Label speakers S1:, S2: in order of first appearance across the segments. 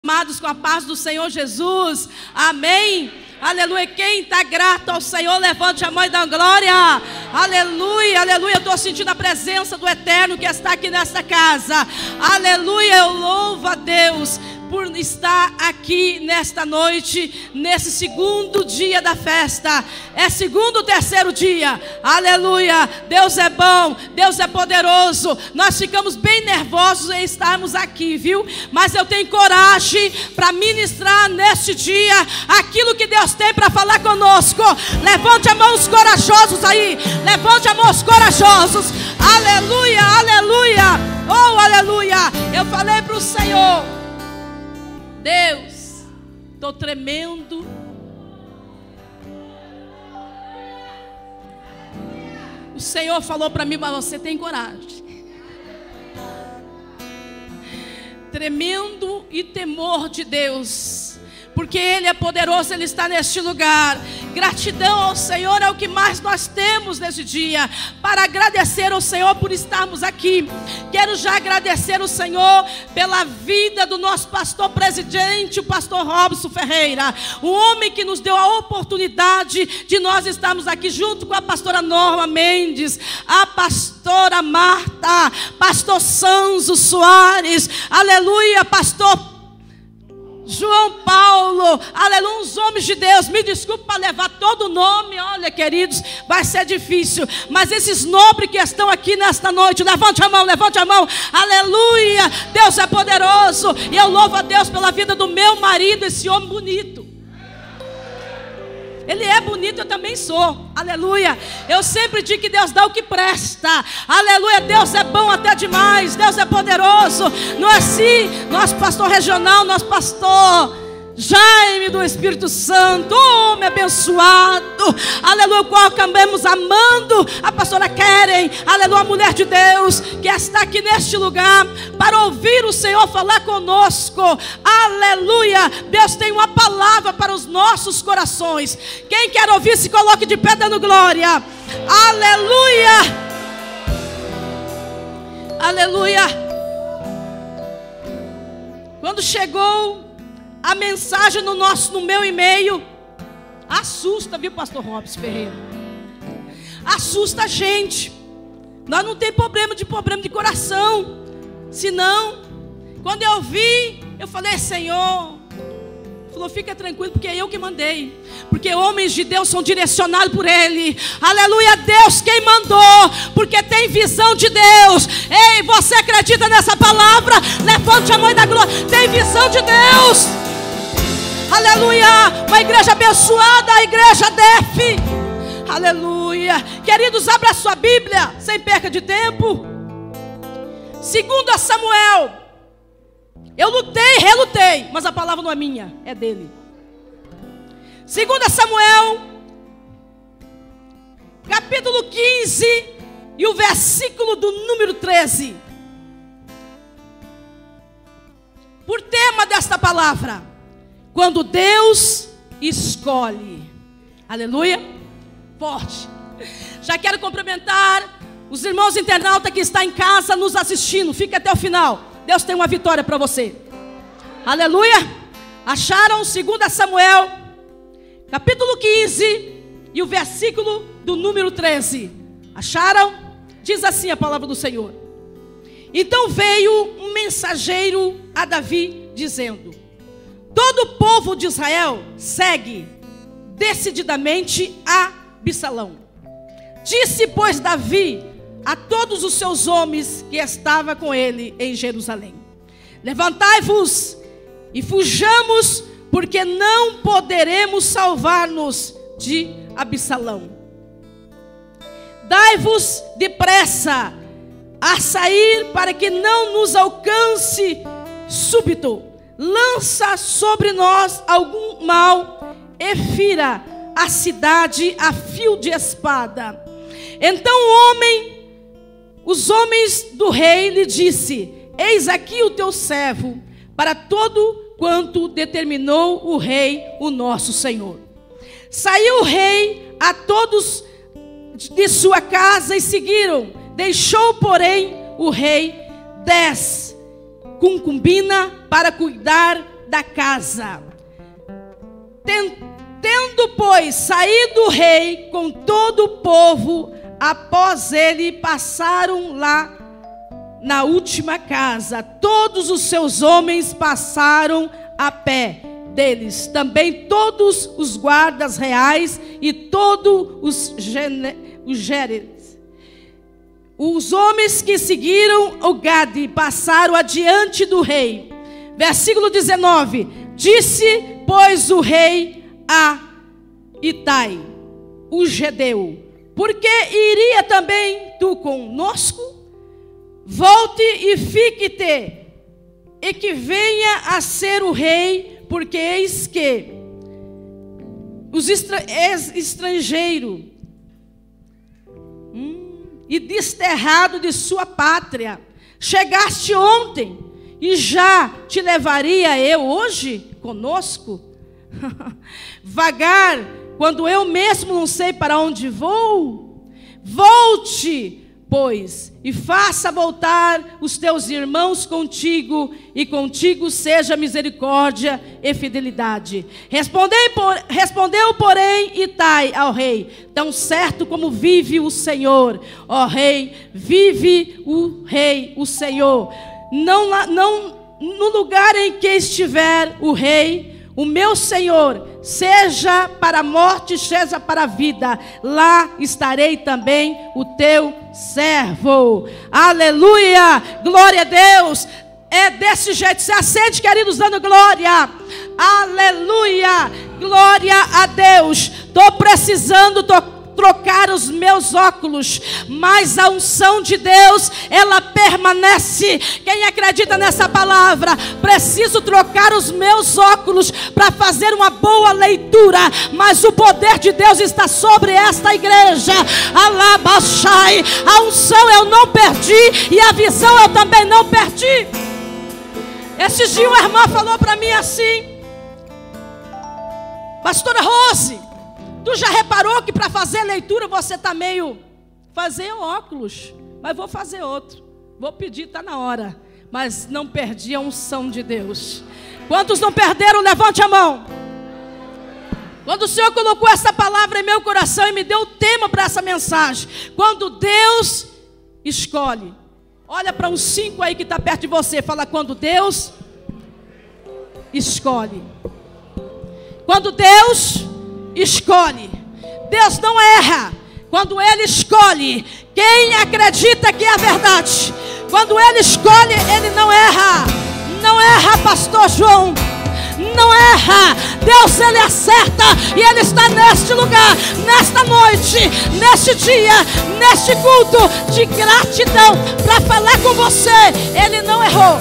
S1: Amados, com a paz do Senhor Jesus, amém, aleluia. Quem está grato ao Senhor, levante a mão e dá glória, aleluia, aleluia. Eu estou sentindo a presença do Eterno que está aqui nesta casa, aleluia. Eu louvo a Deus por estar aqui nesta noite, nesse segundo dia da festa. É segundo ou terceiro dia, aleluia. Deus é bom, Deus é poderoso. Nós ficamos bem nervosos em estarmos aqui, viu? Mas eu tenho coragem para ministrar neste dia aquilo que Deus tem para falar conosco. Levante a mão os corajosos aí, levante a mão os corajosos, aleluia, aleluia, oh aleluia. Eu falei para o Senhor: Deus, estou tremendo. O Senhor falou para mim: mas você tem coragem. Tremendo e temor de Deus, porque Ele é poderoso, Ele está neste lugar. Gratidão ao Senhor é o que mais nós temos nesse dia, para agradecer ao Senhor por estarmos aqui. Quero já agradecer ao Senhor pela vida do nosso pastor presidente, o pastor Robson Ferreira, o homem que nos deu a oportunidade de nós estarmos aqui junto com a pastora Norma Mendes, a pastora Marta, pastor Sanzo Soares, aleluia, pastor João Paulo, aleluia, uns homens de Deus. Me desculpe para levar todo o nome, olha queridos, vai ser difícil, mas esses nobres que estão aqui nesta noite, levante a mão, aleluia. Deus é poderoso, e eu louvo a Deus pela vida do meu marido, esse homem bonito. Ele é bonito, eu também sou, aleluia. Eu sempre digo que Deus dá o que presta, aleluia. Deus é bom até demais, Deus é poderoso. Não é assim, nosso pastor regional, nosso pastor Jaime do Espírito Santo, homem abençoado, aleluia, o qual acabamos amando, a pastora Keren, aleluia, a mulher de Deus, que está aqui neste lugar, para ouvir o Senhor falar conosco, aleluia. Deus tem uma palavra para os nossos corações. Quem quer ouvir, se coloque de pé dando glória, aleluia, aleluia. Quando chegou a mensagem no meu e-mail, assusta, viu, pastor Robson Ferreira? Assusta a gente. Nós não temos problema de coração. Senão, quando eu vi, eu falei: Senhor, falou, fica tranquilo, porque é eu que mandei. Porque homens de Deus são direcionados por Ele. Aleluia, Deus quem mandou, porque tem visão de Deus. Ei, você acredita nessa palavra? Levante a mão da glória. Tem visão de Deus. Aleluia, uma igreja abençoada, a igreja DEF. Aleluia. Queridos, abra a sua Bíblia, sem perca de tempo. 2 Samuel. Eu lutei, relutei, mas a palavra não é minha, é dele. 2 Samuel, capítulo 15, e o versículo do número 13. Por tema desta palavra: quando Deus escolhe. Aleluia. Forte. Já quero cumprimentar os irmãos internautas que estão em casa nos assistindo. Fique até o final. Deus tem uma vitória para você. Aleluia. Acharam 2 Samuel, capítulo 15, e o versículo do número 13. Acharam? Diz assim a palavra do Senhor: então veio um mensageiro a Davi, dizendo: todo o povo de Israel segue decididamente a Absalão. Disse, pois, Davi a todos os seus homens que estavam com ele em Jerusalém: levantai-vos e fujamos, porque não poderemos salvar-nos de Absalão. Dai-vos depressa a sair, para que não nos alcance súbito. Lança sobre nós algum mal e fira a cidade a fio de espada. Então os homens do rei lhe disse: eis aqui o teu servo, para todo quanto determinou o rei, o nosso Senhor. Saiu o rei a todos de sua casa e seguiram. Deixou, porém, o rei 10 concubina para cuidar da casa. Tendo, pois, saído o rei com todo o povo, após ele passaram lá na última casa. Todos os seus homens passaram a pé deles, também todos os guardas reais e todos os géreres. Os homens que seguiram o Gade passaram adiante do rei. Versículo 19. Disse, pois, o rei a Itai, o gedeu: porque iria também tu conosco? Volte e fique-te, e que venha a ser o rei, porque eis que és estrangeiro e desterrado de sua pátria. Chegaste ontem, e já te levaria eu hoje conosco? Vagar, quando eu mesmo não sei para onde vou? Volte, pois, e faça voltar os teus irmãos contigo, e contigo seja misericórdia e fidelidade. Respondeu, porém, Itai ao rei: tão certo como vive o Senhor, ó rei, vive o rei, o Senhor, não no lugar em que estiver o rei, o meu Senhor, seja para a morte, seja para a vida, lá estarei também o teu servo. Aleluia, glória a Deus. É desse jeito, se acende, queridos, dando glória. Aleluia, glória a Deus. Estou precisando trocar os meus óculos, mas a unção de Deus, ela permanece. Quem acredita nessa palavra? Preciso trocar os meus óculos para fazer uma boa leitura, mas o poder de Deus está sobre esta igreja. Alabaxai, a unção eu não perdi e a visão eu também não perdi. Esses dias uma irmã falou para mim assim: pastora Rose, tu já reparou que para fazer leitura você está meio... Fazer óculos, mas vou fazer outro. Vou pedir, está na hora. Mas não perdi a unção de Deus. Quantos não perderam? Levante a mão. Quando o Senhor colocou essa palavra em meu coração e me deu o tema para essa mensagem: quando Deus escolhe. Olha para uns 5 aí que está perto de você. Fala: quando Deus escolhe. Quando Deus escolhe. Deus não erra. Quando Ele escolhe, quem acredita que é a verdade, quando Ele escolhe, Ele não erra. Não erra, pastor João. Não erra. Deus, Ele acerta. E Ele está neste lugar, nesta noite, neste dia, neste culto de gratidão, para falar com você. Ele não errou.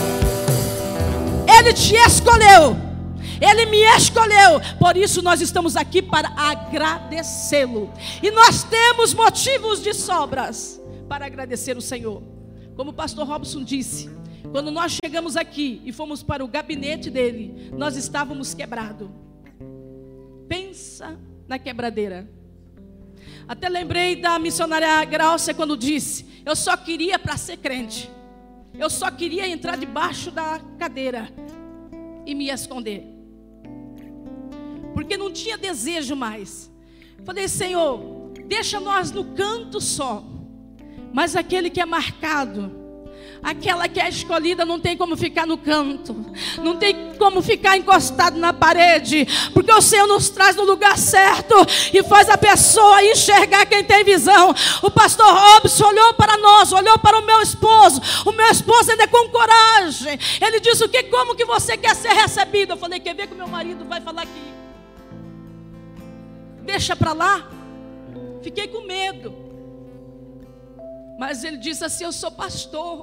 S1: Ele te escolheu. Ele me escolheu. Por isso nós estamos aqui para agradecê-lo. E nós temos motivos de sobras para agradecer o Senhor. Como o pastor Robson disse, quando nós chegamos aqui e fomos para o gabinete dele, nós estávamos quebrados. Pensa na quebradeira. Até lembrei da missionária Gráucia quando disse: eu só queria para ser crente. Eu só queria entrar debaixo da cadeira e me esconder, porque não tinha desejo mais. Falei: Senhor, deixa nós no canto só. Mas aquele que é marcado, aquela que é escolhida, não tem como ficar no canto, não tem como ficar encostado na parede, porque o Senhor nos traz no lugar certo e faz a pessoa enxergar quem tem visão. O pastor Robson olhou para nós, olhou para o meu esposo. O meu esposo ainda com coragem, ele disse: como que você quer ser recebido? Eu falei: quer ver que o meu marido vai falar aqui? Deixa para lá. Fiquei com medo, mas ele disse assim: eu sou pastor,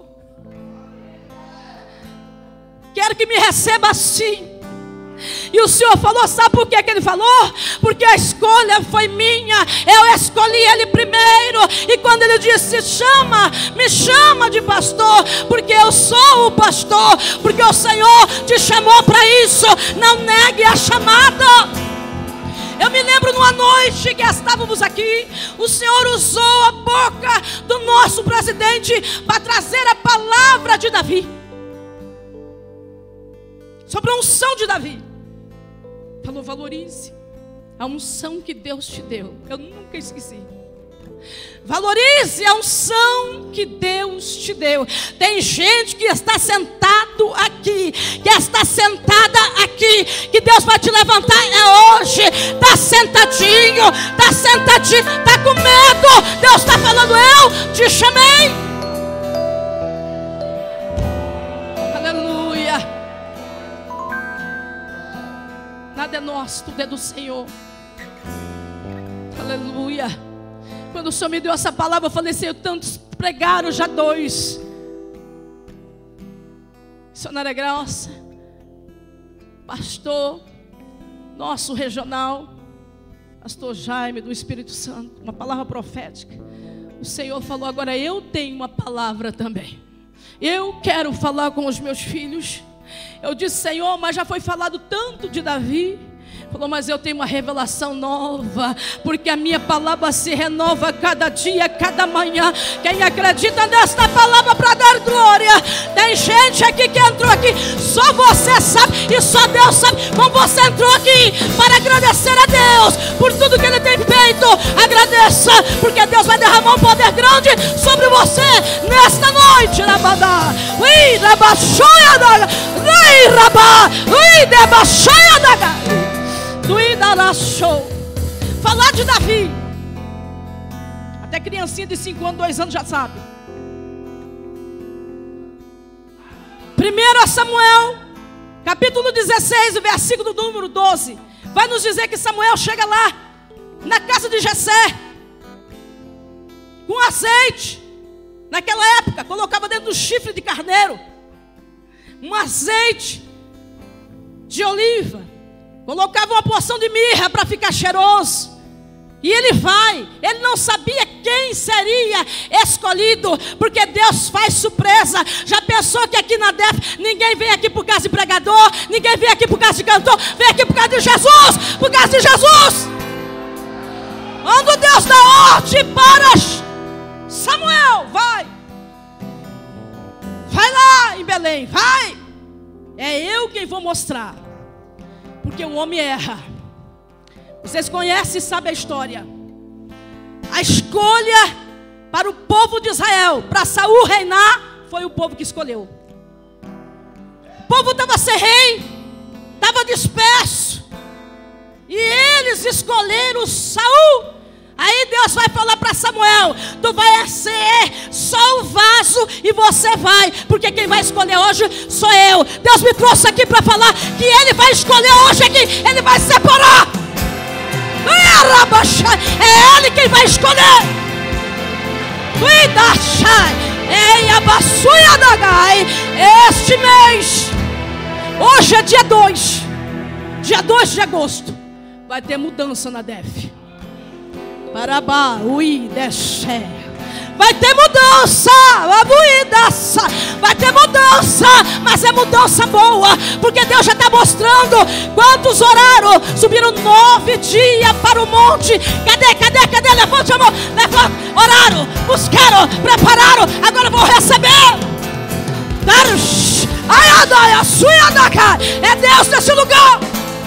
S1: quero que me receba assim. E o Senhor falou: sabe por que ele falou? Porque a escolha foi minha. Eu escolhi ele primeiro. E quando ele disse: me chama de pastor, porque eu sou o pastor, porque o Senhor te chamou para isso. Não negue a chamada. Eu me lembro numa noite que estávamos aqui, o Senhor usou a boca do nosso presidente para trazer a palavra de Davi. sobre a unção de Davi. Falou: valorize a unção que Deus te deu. Eu nunca esqueci. Valorize a unção que Deus te deu. Tem gente que está sentado aqui, que está sentada aqui, que Deus vai te levantar hoje. Está sentadinho, está sentadinho, está com medo. Deus está falando: eu te chamei. Aleluia. Nada é nosso, tudo é do Senhor. Aleluia. Quando o Senhor me deu essa palavra, eu falei: Senhor, tantos pregaram, já 2. Missionária Graça, pastor nosso regional, pastor Jaime do Espírito Santo, uma palavra profética. O Senhor falou: agora eu tenho uma palavra também. Eu quero falar com os meus filhos. Eu disse: Senhor, mas já foi falado tanto de Davi. Falou: mas eu tenho uma revelação nova, porque a minha palavra se renova cada dia, cada manhã. Quem acredita nesta palavra para dar glória? Tem gente aqui que entrou aqui, só você sabe e só Deus sabe como você entrou aqui para agradecer a Deus por tudo que Ele tem feito. Agradeça, porque Deus vai derramar um poder grande sobre você nesta noite. Rabadá, ui, rabaxoia daga, ui, rabá, ui, debaxoia daga. Falar de Davi, até criancinha de 5 anos, 2 anos já sabe. 1 Samuel capítulo 16, versículo número 12, vai nos dizer que Samuel chega lá na casa de Jessé com azeite. Naquela época colocava dentro do chifre de carneiro um azeite de oliva, colocava uma porção de mirra para ficar cheiroso. E ele vai. Ele não sabia quem seria escolhido, porque Deus faz surpresa. Já pensou que aqui na DEF ninguém vem aqui por causa de pregador, ninguém vem aqui por causa de cantor, vem aqui por causa de Jesus, por causa de Jesus. Quando Deus dá ordem para Samuel, vai lá em Belém, vai. É eu quem vou mostrar, porque o homem erra. Vocês conhecem e sabem a história. A escolha para o povo de Israel, para Saul reinar, foi o povo que escolheu. O povo estava sem rei, estava disperso, e eles escolheram Saul. Aí Deus vai falar para Samuel: tu vai ser só o vaso e você vai, porque quem vai escolher hoje sou eu. Deus me trouxe aqui para falar que Ele vai escolher hoje aqui, Ele vai separar. É Ele quem vai escolher. Este mês, hoje é dia 2 de agosto, vai ter mudança na DEF. Parabá, ui, desce. Vai ter mudança, vai ter mudança, mas é mudança boa, porque Deus já está mostrando. Quantos oraram? Subiram 9 dias para o monte. Cadê? Levante a mão, levante. Oraram, buscaram, prepararam. Agora vão receber. É Deus nesse lugar.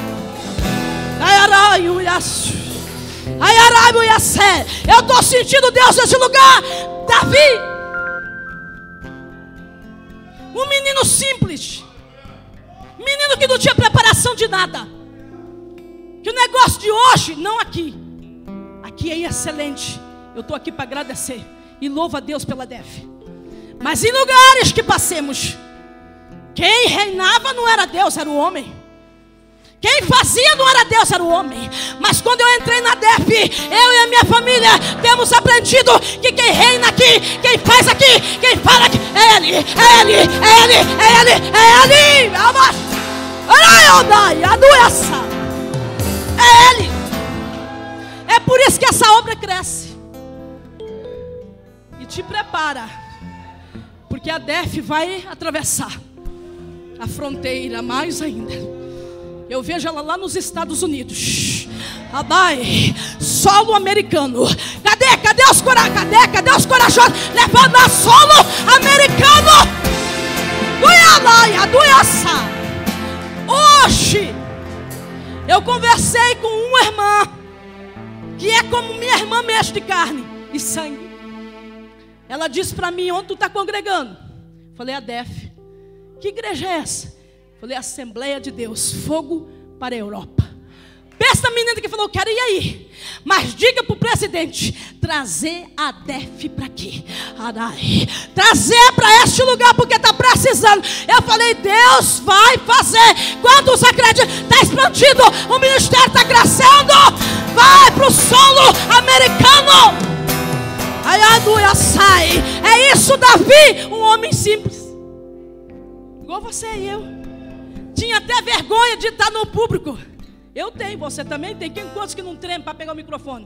S1: Eu estou sentindo Deus nesse lugar. Davi, um menino simples, menino que não tinha preparação de nada, que o negócio de hoje, não aqui é excelente. Eu estou aqui para agradecer e louvo a Deus pela DEF. Mas em lugares que passemos, quem reinava não era Deus, era o homem. Quem fazia não era Deus, era o homem. Mas quando eu entrei na DEF, eu e a minha família temos aprendido que quem reina aqui, quem faz aqui, quem fala aqui, é Ele. É Ele. É por isso que essa obra cresce e te prepara, porque a DEF vai atravessar a fronteira mais ainda. Eu vejo ela lá nos Estados Unidos. Abai, solo americano. Cadê os corajosos? Levando a solo americano. Hoje eu conversei com uma irmã que é como minha irmã mesmo de carne e sangue. Ela disse para mim: onde tu está congregando? Falei: a DEF. Que igreja é essa? Falei: Assembleia de Deus, Fogo para a Europa. Pensa a menina que falou: quero ir aí, mas diga para o presidente trazer a DEF para aqui, trazer para este lugar, porque está precisando. Eu falei: Deus vai fazer. Quantos acreditam? Está expandindo, o ministério está crescendo. Vai para o solo americano. É isso, Davi, um homem simples, igual você e eu. Tinha até vergonha de estar no público. Eu tenho, você também tem. Quantos que não treme para pegar o microfone?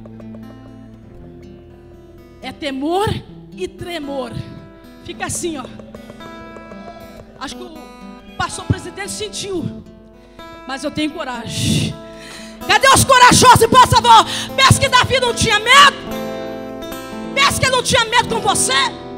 S1: É temor e tremor. Fica assim, ó. Acho que o pastor presidente sentiu, mas eu tenho coragem. Cadê os corajosos, por favor? Pensa que Davi não tinha medo? Pensa que ele não tinha medo com você?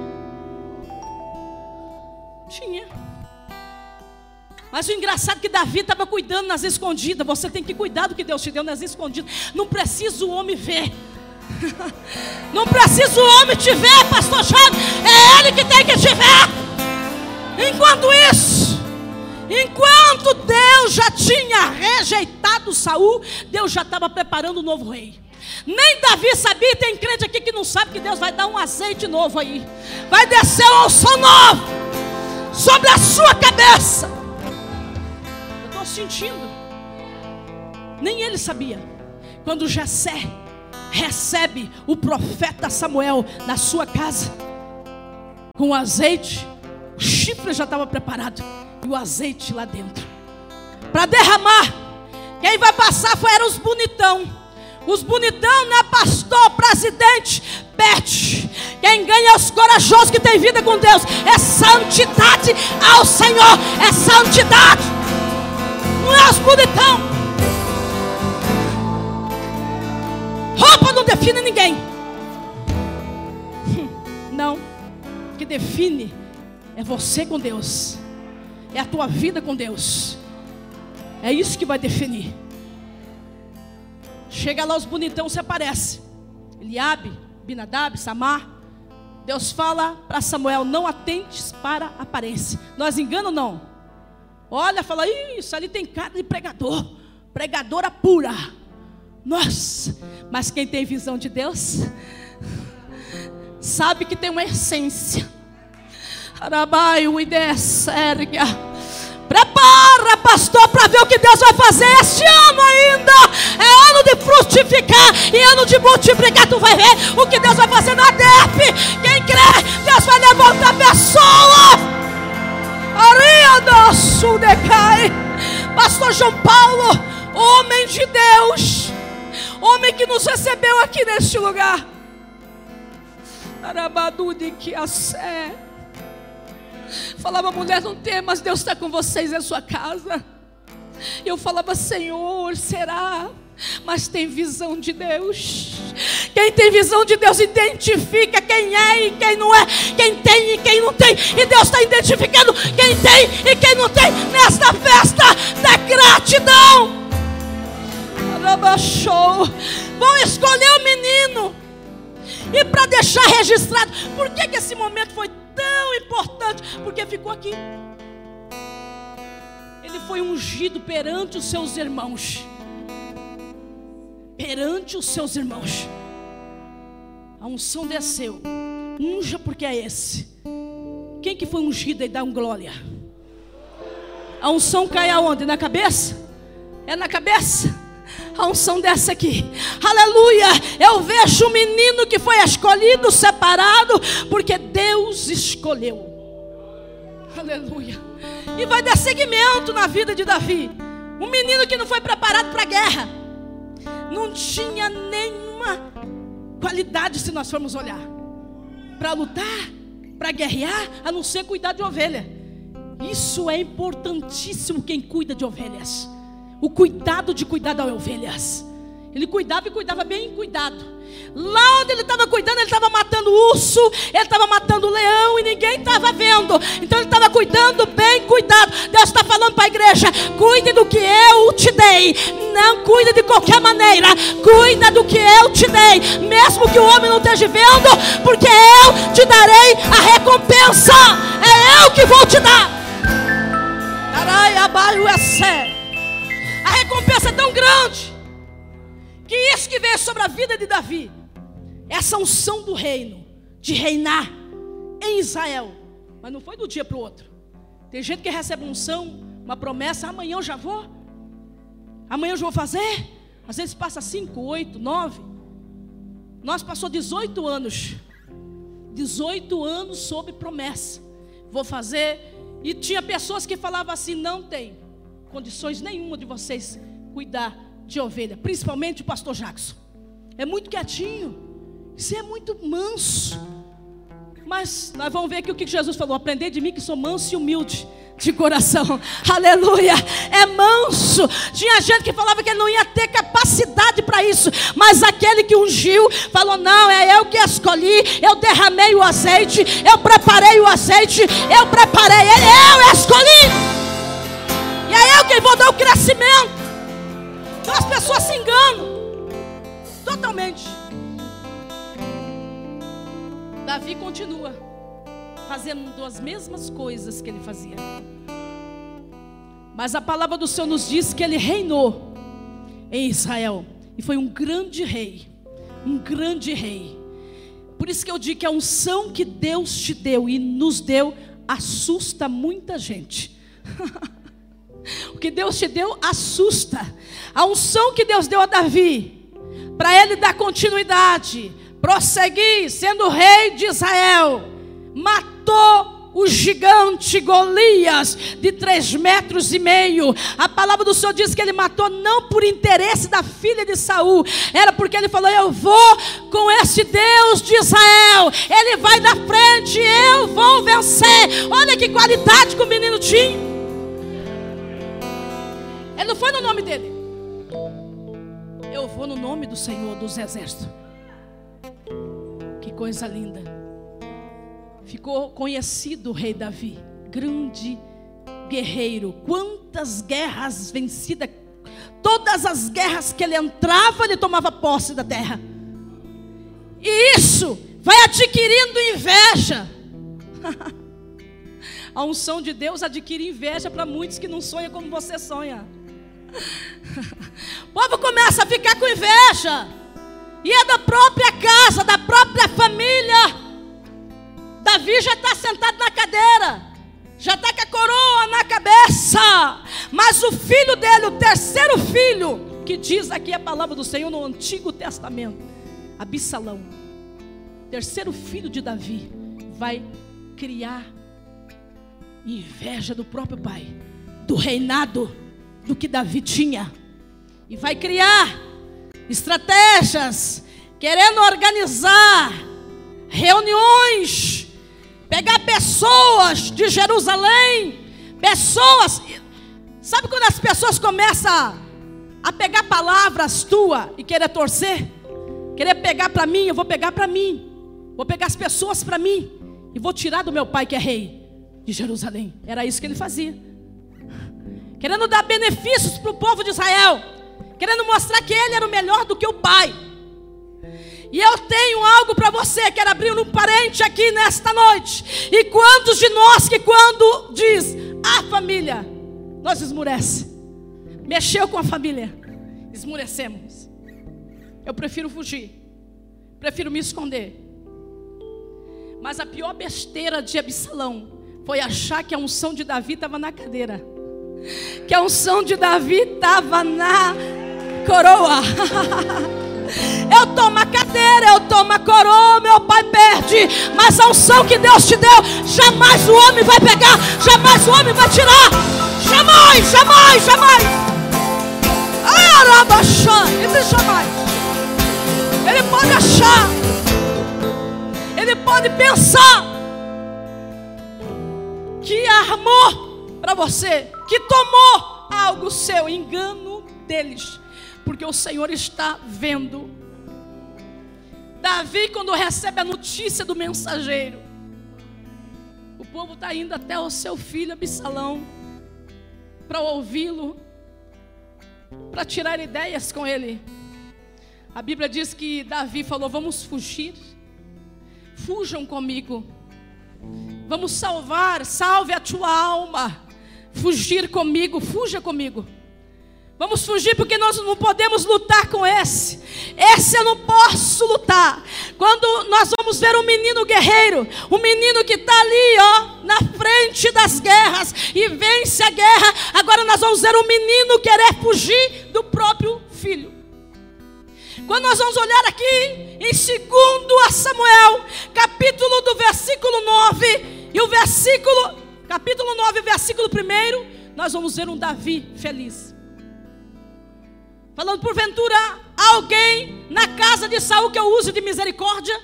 S1: Tinha. Mas o engraçado é que Davi estava cuidando nas escondidas. Você tem que cuidar do que Deus te deu nas escondidas. Não precisa o homem ver. Não precisa o homem te ver, pastor Jânio. É ele que tem que te ver. Enquanto isso, enquanto Deus já tinha rejeitado Saul, Deus já estava preparando um novo rei. Nem Davi sabia. Tem crente aqui que não sabe que Deus vai dar um azeite novo aí. Vai descer uma unção nova sobre a sua cabeça. Eu estou sentindo. Nem ele sabia. Quando Jessé recebe o profeta Samuel na sua casa com o azeite, o chifre já estava preparado e o azeite lá dentro para derramar. Quem vai passar eram os bonitão. Os bonitão, né, pastor, presidente, pede. Quem ganha é os corajosos que tem vida com Deus. É santidade ao Senhor. É santidade. Não é os bonitão. Roupa não define ninguém. Não. O que define é você com Deus. É a tua vida com Deus. É isso que vai definir. Chega lá os bonitão, se aparece. Eliabe, Abinadab, Samar. Deus fala para Samuel: não atentes para a aparência. Nós engano não. Olha, fala: isso ali tem cara de pregador. Pregadora pura. Nossa, mas quem tem visão de Deus sabe que tem uma essência. Arabaio e desérgia. Prepara, pastor, para ver o que Deus vai fazer este ano ainda. É ano de frutificar e ano de multiplicar. Tu vai ver o que Deus vai fazer na DEF. Quem crê, Deus vai levantar pessoas. Pastor João Paulo, homem de Deus, homem que nos recebeu aqui neste lugar. Arabadu de que a sé. Falava: mulher, não tem, mas Deus está com vocês em sua casa. E eu falava: Senhor, será? Mas tem visão de Deus. Quem tem visão de Deus identifica quem é e quem não é, quem tem e quem não tem. E Deus está identificando quem tem e quem não tem nesta festa da gratidão. Vão escolher o menino. E para deixar registrado, por que esse momento foi tão importante? Porque ficou aqui. Ele foi ungido perante os seus irmãos. Perante os seus irmãos. A unção desceu. Unja porque é esse. Quem que foi ungido e dá um glória? A unção cai aonde? Na cabeça? É na cabeça? A unção dessa aqui, aleluia. Eu vejo um menino que foi escolhido, separado, porque Deus escolheu, aleluia. E vai dar seguimento na vida de Davi. Um menino que não foi preparado para a guerra, não tinha nenhuma qualidade, se nós formos olhar, para lutar, para guerrear, a não ser cuidar de ovelha. Isso é importantíssimo. Quem cuida de ovelhas, o cuidado de cuidar das ovelhas. Ele cuidava e cuidava bem cuidado. Lá onde ele estava cuidando, ele estava matando urso, ele estava matando leão e ninguém estava vendo. Então ele estava cuidando bem cuidado. Deus está falando para a igreja: cuide do que eu te dei. Não cuide de qualquer maneira, cuida do que eu te dei, mesmo que o homem não esteja vendo, porque eu te darei a recompensa. É eu que vou te dar. A recompensa é tão grande que isso que veio sobre a vida de Davi, essa unção do reino, de reinar em Israel. Mas não foi do dia para o outro. Tem gente que recebe unção, uma promessa: amanhã eu já vou, amanhã eu já vou fazer. Às vezes passa 5, 8, 9. Nós passou 18 anos. 18 anos sob promessa. Vou fazer. E tinha pessoas que falavam assim: não tem condições nenhuma de vocês cuidar de ovelha, principalmente o pastor Jackson. É muito quietinho, isso é muito manso. Mas nós vamos ver aqui o que Jesus falou: aprendei de mim que sou manso e humilde de coração. Aleluia, é manso. Tinha gente que falava que ele não ia ter capacidade para isso, mas aquele que ungiu falou: não, é eu que escolhi, eu derramei o azeite, eu preparei o azeite, eu preparei ele, eu escolhi, e é eu que vou dar o crescimento. Então as pessoas se enganam totalmente. Davi continua fazendo as mesmas coisas que ele fazia, mas a palavra do Senhor nos diz que ele reinou em Israel e foi um grande rei, um grande rei. Por isso que eu digo que a unção que Deus te deu e nos deu assusta muita gente. O que Deus te deu assusta. A unção que Deus deu a Davi, para ele dar continuidade, prosseguir sendo rei de Israel, matou o gigante Golias de 3,5 metros. A palavra do Senhor diz que ele matou não por interesse da filha de Saul, era porque ele falou: eu vou com esse Deus de Israel, ele vai na frente, eu vou vencer. Olha que qualidade que o menino tinha. Ele não foi no nome dele: eu vou no nome do Senhor dos Exércitos. Que coisa linda. Ficou conhecido o rei Davi, grande guerreiro. Quantas guerras vencidas. Todas as guerras que ele entrava, ele tomava posse da terra. E isso vai adquirindo inveja. A unção de Deus adquire inveja para muitos que não sonham como você sonha. O povo começa a ficar com inveja. E é da própria casa, da própria família. Davi já está sentado na cadeira, já está com a coroa na cabeça, mas o filho dele, o terceiro filho, que diz aqui a palavra do Senhor no Antigo Testamento, Absalão, terceiro filho de Davi, vai criar inveja do próprio pai, do reinado, do que Davi tinha, e vai criar estratégias, querendo organizar reuniões, pegar pessoas de Jerusalém, pessoas, sabe quando as pessoas começam a pegar palavras tuas e querer torcer, querer pegar para mim? Eu vou pegar para mim, vou pegar as pessoas para mim e vou tirar do meu pai que é rei de Jerusalém. Era isso que ele fazia, querendo dar benefícios para o povo de Israel, querendo mostrar que ele era o melhor do que o pai. E eu tenho algo para você, quero abrir um parente aqui nesta noite. E quantos de nós que quando diz a família, nós esmurece, mexeu com a família, esmurecemos. Eu prefiro fugir, prefiro me esconder. Mas a pior besteira de Absalão foi achar que a unção de Davi estava na cadeira, que a unção de Davi estava na coroa. Eu tomo a cadeira, eu tomo a coroa, meu pai perde, mas a unção que Deus te deu, jamais o homem vai pegar, jamais o homem vai tirar, jamais, jamais, jamais. Jamais. Ele pode achar, ele pode pensar que armou para você, que tomou algo seu, engano deles. porque o Senhor está vendo. Davi, quando recebe a notícia do mensageiro, o povo está indo até o seu filho Absalão para ouvi-lo, para tirar ideias com ele. A Bíblia diz que Davi falou: vamos fugir, fujam comigo, vamos salve a tua alma, fugir comigo, fuja comigo. Vamos fugir porque nós não podemos lutar com esse eu não posso lutar. Quando nós vamos ver um menino guerreiro, um menino que está ali, ó, na frente das guerras e vence a guerra, agora nós vamos ver um menino querer fugir do próprio filho. Quando nós vamos olhar aqui em 2 Samuel, capítulo do versículo 9 e o versículo, capítulo 9, versículo 1, nós vamos ver um Davi feliz. Falando: porventura há alguém na casa de Saul que eu use de misericórdia?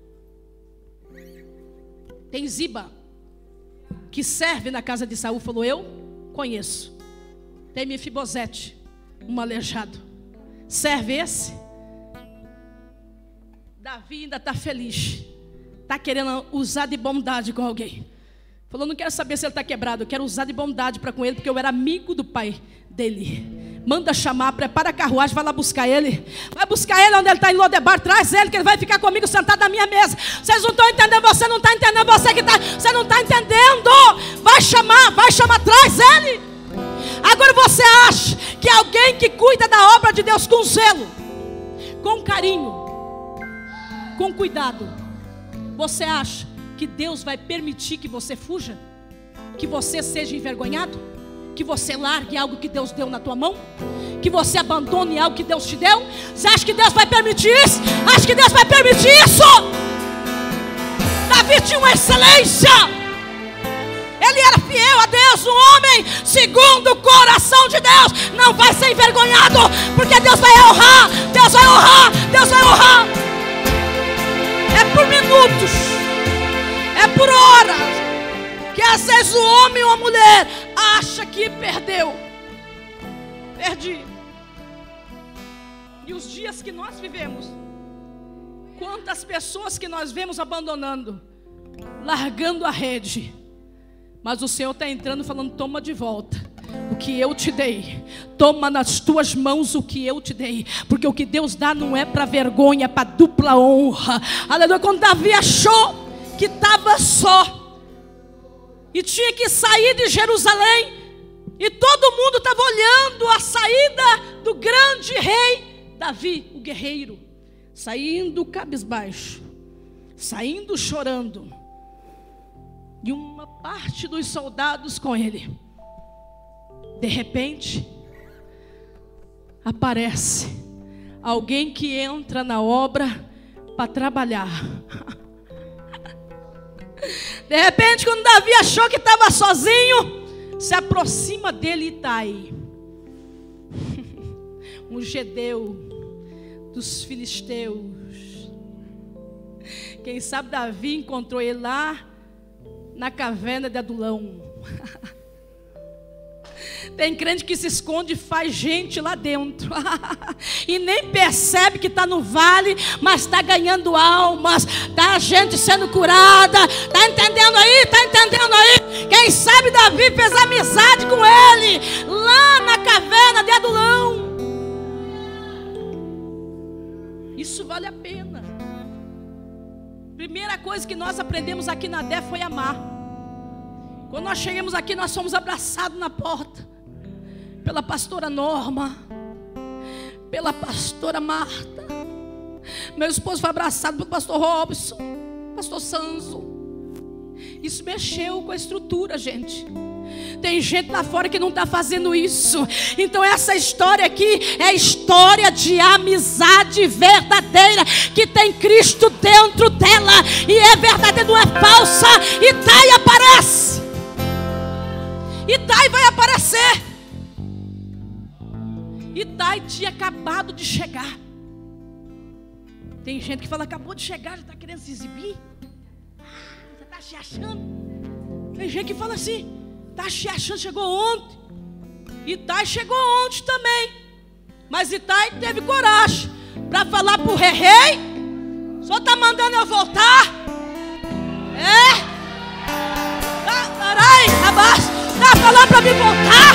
S1: Tem Ziba, que serve na casa de Saul. Falou: eu conheço. Tem Mefibosete, um aleijado. Serve esse? Davi ainda está feliz, está querendo usar de bondade com alguém. Falou: não quero saber se ele está quebrado, eu quero usar de bondade para com ele, porque eu era amigo do pai dele. Manda chamar, prepara a carruagem, vai lá buscar ele. Vai buscar ele onde ele está, em Lodebar. Traz ele, que ele vai ficar comigo sentado na minha mesa. Vocês não estão entendendo, você não está entendendo, você não está entendendo. Vai chamar, traz ele. Agora você acha que alguém que cuida da obra de Deus com zelo, com carinho, com cuidado, você acha que Deus vai permitir que você fuja? Que você seja envergonhado? Que você largue algo que Deus deu na tua mão? Que você abandone algo que Deus te deu? Você acha que Deus vai permitir isso? Acha que Deus vai permitir isso? Davi tinha uma excelência. Ele era fiel a Deus, um homem segundo o coração de Deus. Não vai ser envergonhado, porque Deus vai honrar. Deus vai honrar, Deus vai honrar. É por minutos, é por horas, que às vezes o homem ou a mulher acha que perdeu. Perdi. E os dias que nós vivemos, quantas pessoas que nós vemos abandonando, largando a rede. Mas o Senhor está entrando falando: toma de volta o que eu te dei. Toma nas tuas mãos o que eu te dei. Porque o que Deus dá não é para vergonha, é para dupla honra. Aleluia. Quando Davi achou que estava só e tinha que sair de Jerusalém, e todo mundo estava olhando a saída do grande rei Davi, o guerreiro, saindo cabisbaixo, saindo chorando, e uma parte dos soldados com ele. De repente aparece alguém que entra na obra para trabalhar. De repente, quando Davi achou que estava sozinho, se aproxima dele Itai, um gedeu dos filisteus. Quem sabe Davi encontrou ele lá na caverna de Adulão. Tem crente que se esconde e faz gente lá dentro e nem percebe que está no vale, mas está ganhando almas, está gente sendo curada. Está entendendo aí? Está entendendo aí? Quem sabe Davi fez amizade com ele lá na caverna de Adulão. Isso vale a pena. Primeira coisa que nós aprendemos aqui na DEF foi amar. Quando nós chegamos aqui, nós fomos abraçados na porta pela pastora Norma, pela pastora Marta. Meu esposo foi abraçado pelo pastor Robson, pastor Sanzo. Isso mexeu com a estrutura, gente. Tem gente lá fora que não está fazendo isso. Então essa história aqui é a história de amizade verdadeira, que tem Cristo dentro dela, e é verdadeira, não é falsa. Itai aparece. Itai vai aparecer. Itai tinha acabado de chegar. Tem gente que fala: acabou de chegar, já está querendo se exibir, já está se achando. Tem gente que fala assim: está se achando, chegou ontem. Itai chegou ontem também, Mas Itai teve coragem para falar para o rei: o senhor está mandando eu voltar? Está falando para mim voltar?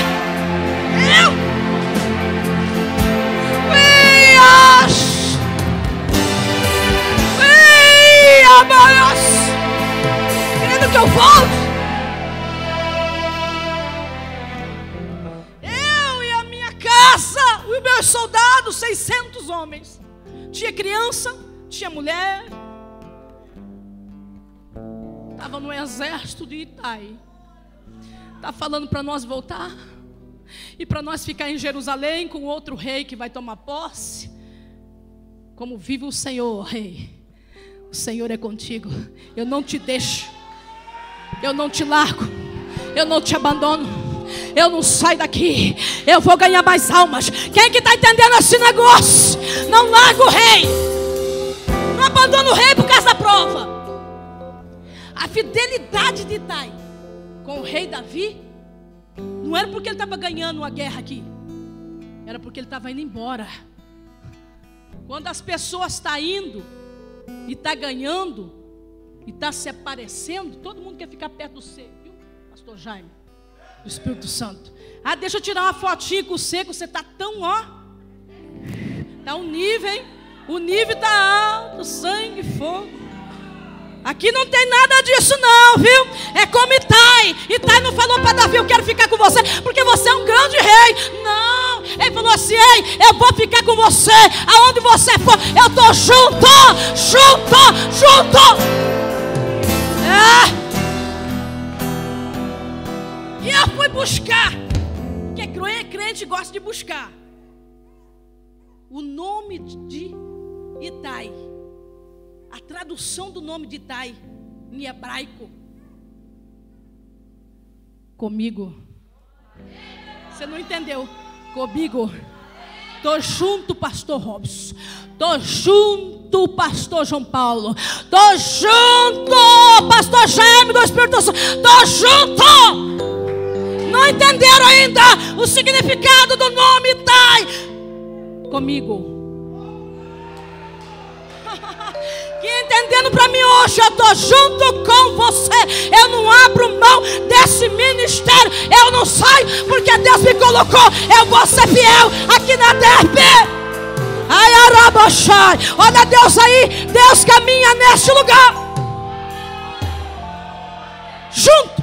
S1: Querendo que eu volte? Eu e a minha casa, os meus soldados, 600 homens. Tinha criança, tinha mulher. Estava no exército de Itai. Está falando para nós voltar? E para nós ficar em Jerusalém com outro rei que vai tomar posse? Como vive o Senhor, rei. O Senhor é contigo. Eu não te deixo. Eu não te largo. Eu não te abandono. Eu não saio daqui. Eu vou ganhar mais almas. Quem que está entendendo esse negócio? Não larga o rei. Não abandona o rei por causa da prova. A fidelidade de Itai com o rei Davi não era porque ele estava ganhando uma guerra aqui. Era porque ele estava indo embora. Quando as pessoas estão indo e está ganhando e está se aparecendo, todo mundo quer ficar perto do C, viu, pastor Jaime, do Espírito Santo. Deixa eu tirar uma fotinha com você, que você está tão, está um nível, hein? O nível está alto, sangue, fogo. Aqui não tem nada disso não, viu? É como Itai. Itai não falou para Davi: eu quero ficar com você porque você é um grande rei. Não, ele falou assim: ei, eu vou ficar com você aonde você for. Eu estou junto. E eu fui buscar, porque crente gosta de buscar o nome de Itai. A tradução do nome de Itai em hebraico: comigo. Você não entendeu? Comigo. Tô junto, pastor Robson. Tô junto, pastor João Paulo. Tô junto, pastor Jaime do Espírito Santo. Tô junto. Não entenderam ainda o significado do nome Itai? Comigo. Que entendendo para mim hoje, eu estou junto com você. Eu não abro mão desse ministério. Eu não saio porque Deus me colocou. Eu vou ser fiel aqui na DERP. Ai, Araboxai. Olha Deus aí. Deus caminha neste lugar. Junto.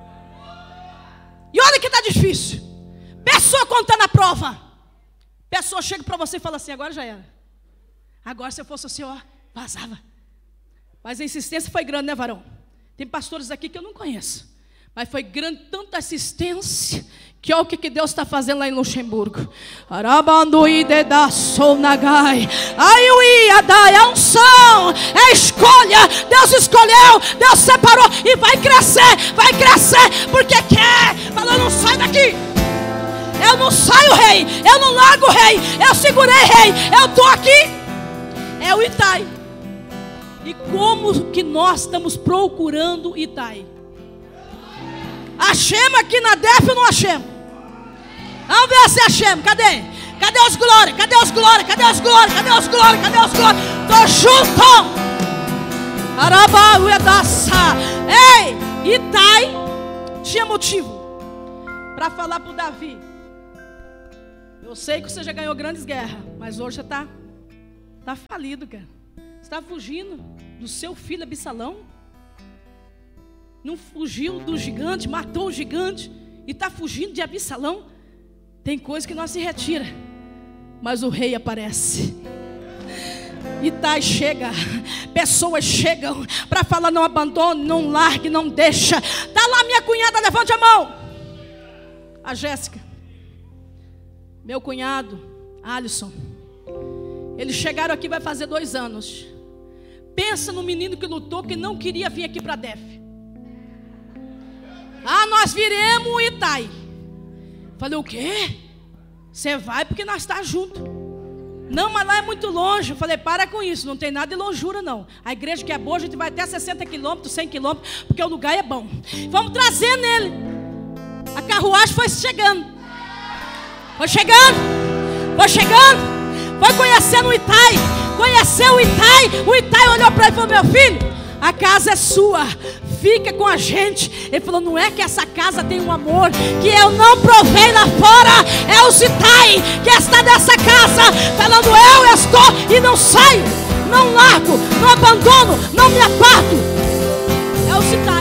S1: E olha que está difícil. Pessoa contando a prova. Pessoa chega para você e fala assim: agora já era. Agora se eu fosse o senhor, vazava. Mas a insistência foi grande, né, varão? Tem pastores aqui que eu não conheço, mas foi grande tanta assistência, que olha o que Deus está fazendo lá em Luxemburgo. A unção, é a escolha. Deus escolheu, Deus separou e vai crescer, porque quer. Falou: não sai daqui. Eu não saio, rei. Eu não largo, rei. Eu segurei, rei. Eu estou aqui. É o Itai. E como que nós estamos procurando Itai? Achemos aqui na DEF ou não achemos? Vamos ver se achemos. Cadê? Cadê os glórias? Cadê os glórias? Cadê os glórias? Cadê os glórias? Cadê os glórias? Tô junto. Ei, Itai tinha motivo para falar para o Davi: eu sei que você já ganhou grandes guerras, mas hoje você está falido, cara. Você está fugindo do seu filho Absalão. Não fugiu do gigante, matou o gigante e está fugindo de Absalão. Tem coisa que não se retira, mas o rei aparece. Itai chega, pessoas chegam para falar: não abandone, não largue, não deixa. Está lá minha cunhada, levante a mão. A Jéssica, meu cunhado Alisson. Eles chegaram aqui, vai fazer 2 anos. Pensa no menino que lutou, que não queria vir aqui para a DEF. Nós viremos o Itai. Falei: o quê? Você vai porque nós estamos juntos. Não, mas lá é muito longe. Falei: para com isso, não tem nada de lonjura não. A igreja que é boa, a gente vai até 60 quilômetros, 100 quilômetros, porque o lugar é bom. Vamos trazer nele. A carruagem foi chegando. Foi chegando. Foi chegando, foi conhecendo o Itai. Conheceu o Itai olhou para ele e falou: meu filho, a casa é sua, fica com a gente. Ele falou: não é que essa casa tem um amor que eu não provei lá fora. É o Itai que está nessa casa, falando: eu estou e não saio, não largo, não abandono, não me aparto. É o Itai.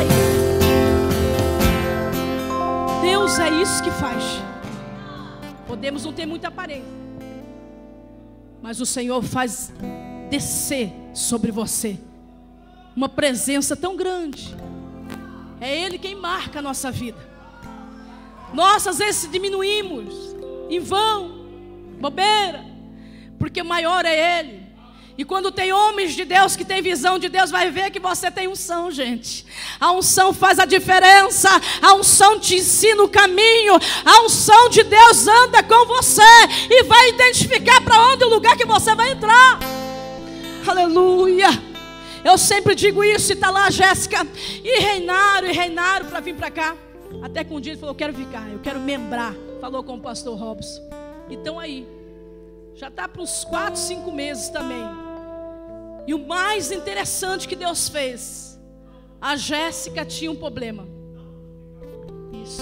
S1: Deus é isso que faz. Podemos não ter muita aparência, mas o Senhor faz descer sobre você uma presença tão grande. É Ele quem marca a nossa vida. Nós às vezes diminuímos em vão, bobeira, porque o maior é Ele. E quando tem homens de Deus que tem visão de Deus, vai ver que você tem unção, gente. A unção faz a diferença. A unção te ensina o caminho. A unção de Deus anda com você e vai identificar para onde o lugar que você vai entrar. Aleluia. Eu sempre digo isso. E está lá a Jéssica e reinaram para vir para cá. Até que um dia ele falou: eu quero ficar, eu quero membrar. Falou com o pastor Robson. Então aí, já está para uns 4, 5 meses também. E o mais interessante que Deus fez, a Jéssica tinha um problema. Isso.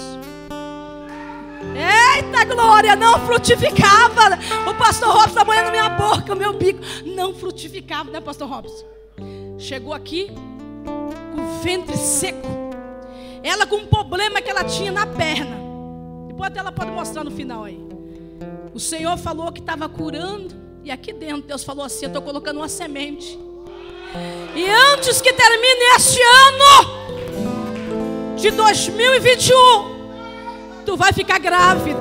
S1: Eita glória, não frutificava. O pastor Robson está molhando minha boca, o meu bico. Não frutificava, né, pastor Robson? Chegou aqui com o ventre seco. Ela com um problema que ela tinha na perna. Depois até ela pode mostrar no final aí. O Senhor falou que estava curando. E aqui dentro Deus falou assim: eu estou colocando uma semente. E antes que termine este ano de 2021, tu vai ficar grávida.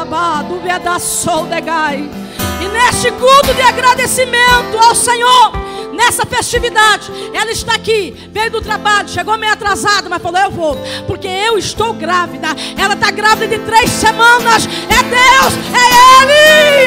S1: E neste culto de agradecimento ao Senhor, nessa festividade, ela está aqui, veio do trabalho, chegou meio atrasada, mas falou: eu vou, porque eu estou grávida. Ela está grávida de 3 semanas. É Deus, é Ele.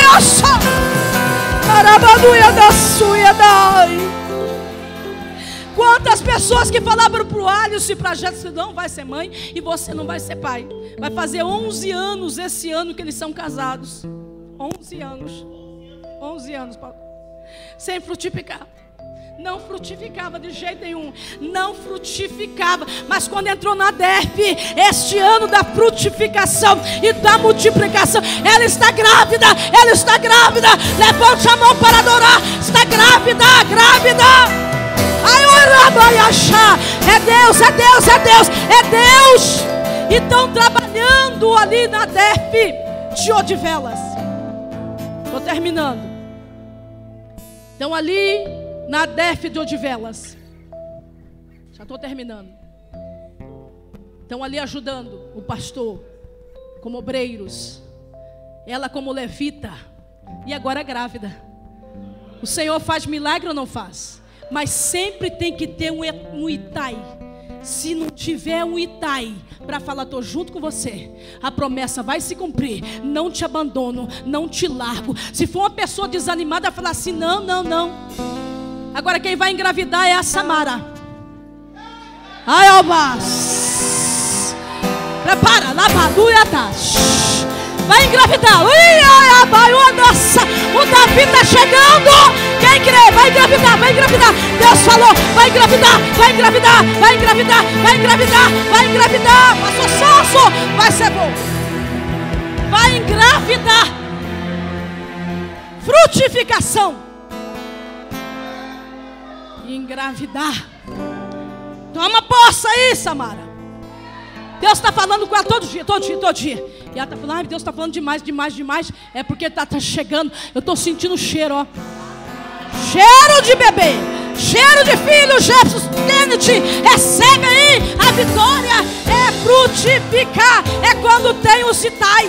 S1: Quantas pessoas que falavam para o Alisson e para a Jéssica: não vai ser mãe e você não vai ser pai. Vai fazer 11 anos esse ano que eles são casados. 11 anos. 11 anos, Paulo. Sem frutificar. Não frutificava de jeito nenhum. Não frutificava. Mas quando entrou na DERF, este ano da frutificação e da multiplicação, ela está grávida. Ela está grávida. Levante a mão para adorar. Está grávida, grávida. É Deus, é Deus, é Deus, é Deus. E estão trabalhando ali na DERF de Odivelas. Estou terminando. Então ali na DERF de Odivelas. Já estou terminando. Estão ali ajudando o pastor como obreiros. Ela como levita. E agora grávida. O Senhor faz milagre ou não faz? Mas sempre tem que ter um Itai. Se não tiver um Itai para falar: estou junto com você, a promessa vai se cumprir. Não te abandono, não te largo. Se for uma pessoa desanimada, falar assim: não, não, não. Agora quem vai engravidar é a Samara. Ai, Albas. Prepara, labaduia, tá. Vai engravidar. O Davi está chegando. Quem crê? Vai engravidar, vai engravidar. Deus falou: vai engravidar, vai engravidar, vai engravidar, vai engravidar, vai engravidar. Pastor Celso, vai ser bom. Vai engravidar. Frutificação. Engravidar. Toma posse aí, Samara. Deus está falando com ela todo dia, todo dia, todo dia. E ela está falando: ai, Deus está falando demais, demais, demais. É porque está chegando. Eu estou sentindo o cheiro, ó. Cheiro de bebê, cheiro de filho. Jefferson Kennedy, recebe aí a vitória. É frutificar. É quando tem o Itai.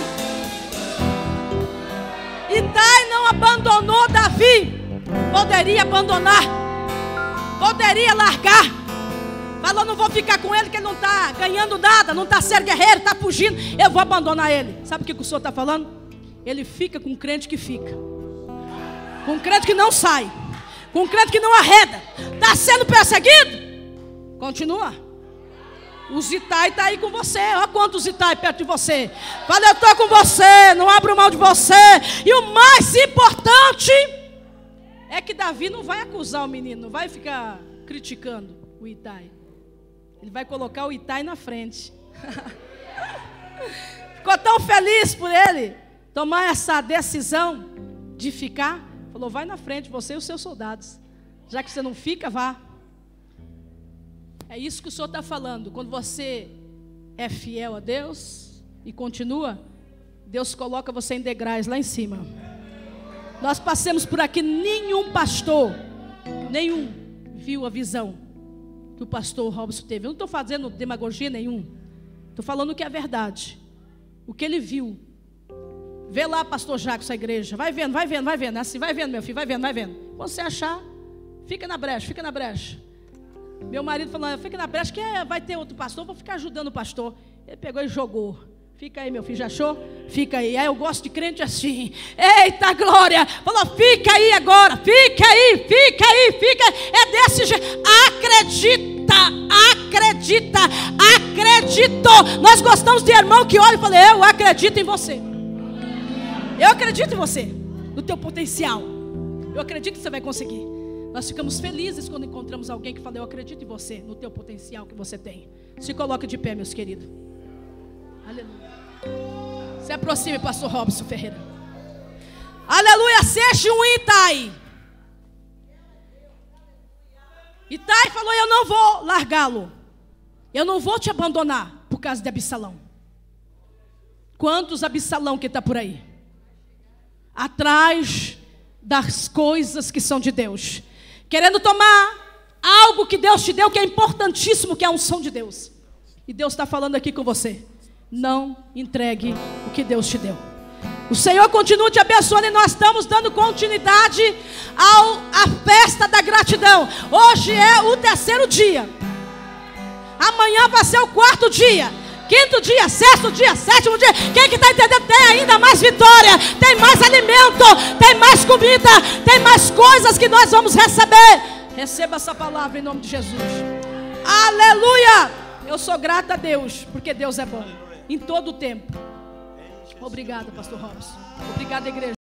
S1: Itai não abandonou Davi. Poderia abandonar, poderia largar. Falou: não vou ficar com ele, que ele não está ganhando nada, não está sendo guerreiro, está fugindo, eu vou abandonar ele. Sabe o que o Senhor está falando? Ele fica com crente que fica, com crente que não sai, com crente que não arreda. Está sendo perseguido? Continua. Os Itai está aí com você. Olha quantos Itai perto de você. Fala, eu estou com você, não abro mão de você. E o mais importante é que Davi não vai acusar o menino, não vai ficar criticando o Itai. Ele vai colocar o Itai na frente. Ficou tão feliz por ele tomar essa decisão de ficar. Falou, vai na frente, você e os seus soldados. Já que você não fica, vá. É isso que o Senhor está falando. Quando você é fiel a Deus e continua, Deus coloca você em degraus lá em cima. Nós passamos por aqui, nenhum pastor, nenhum viu a visão que o pastor Robson teve. Eu não estou fazendo demagogia nenhum. Estou falando o que é verdade. O que ele viu. Vê lá, pastor Jacques, a igreja. Vai vendo, vai vendo, vai vendo. Assim, vai vendo, meu filho, vai vendo, vai vendo. Quando você achar, fica na brecha, fica na brecha. Meu marido falou, fica na brecha, que vai ter outro pastor, vou ficar ajudando o pastor. Ele pegou e jogou. Fica aí, meu filho, já achou? Fica aí. Aí eu gosto de crente assim. Eita glória! Falou, fica aí agora, fica aí, fica aí, fica aí. É desse jeito. Acredita, acredita, acreditou. Nós gostamos de irmão que olha e fala, eu acredito em você. Eu acredito em você, no teu potencial. Eu acredito que você vai conseguir. Nós ficamos felizes quando encontramos alguém que fala, eu acredito em você, no teu potencial que você tem. Se coloque de pé, meus queridos. Aleluia. Se aproxime, pastor Robson Ferreira. Aleluia, seja um Itai. Itai falou, eu não vou largá-lo. Eu não vou te abandonar por causa de Absalão. Quantos Absalão que está por aí? Atrás das coisas que são de Deus. Querendo tomar algo que Deus te deu, que é importantíssimo, que é a unção de Deus. E Deus está falando aqui com você. Não entregue o que Deus te deu. O Senhor continua te abençoando e nós estamos dando continuidade à festa da gratidão. Hoje é o 3º dia. Amanhã vai ser o 4º dia. 5º dia, 6º dia, 7º dia. Quem que está entendendo? Tem ainda mais vitória, tem mais alimento, tem mais comida, tem mais coisas que nós vamos receber. Receba essa palavra em nome de Jesus. Aleluia. Eu sou grata a Deus, porque Deus é bom em todo o tempo. Obrigada, pastor Robson. Obrigada, igreja.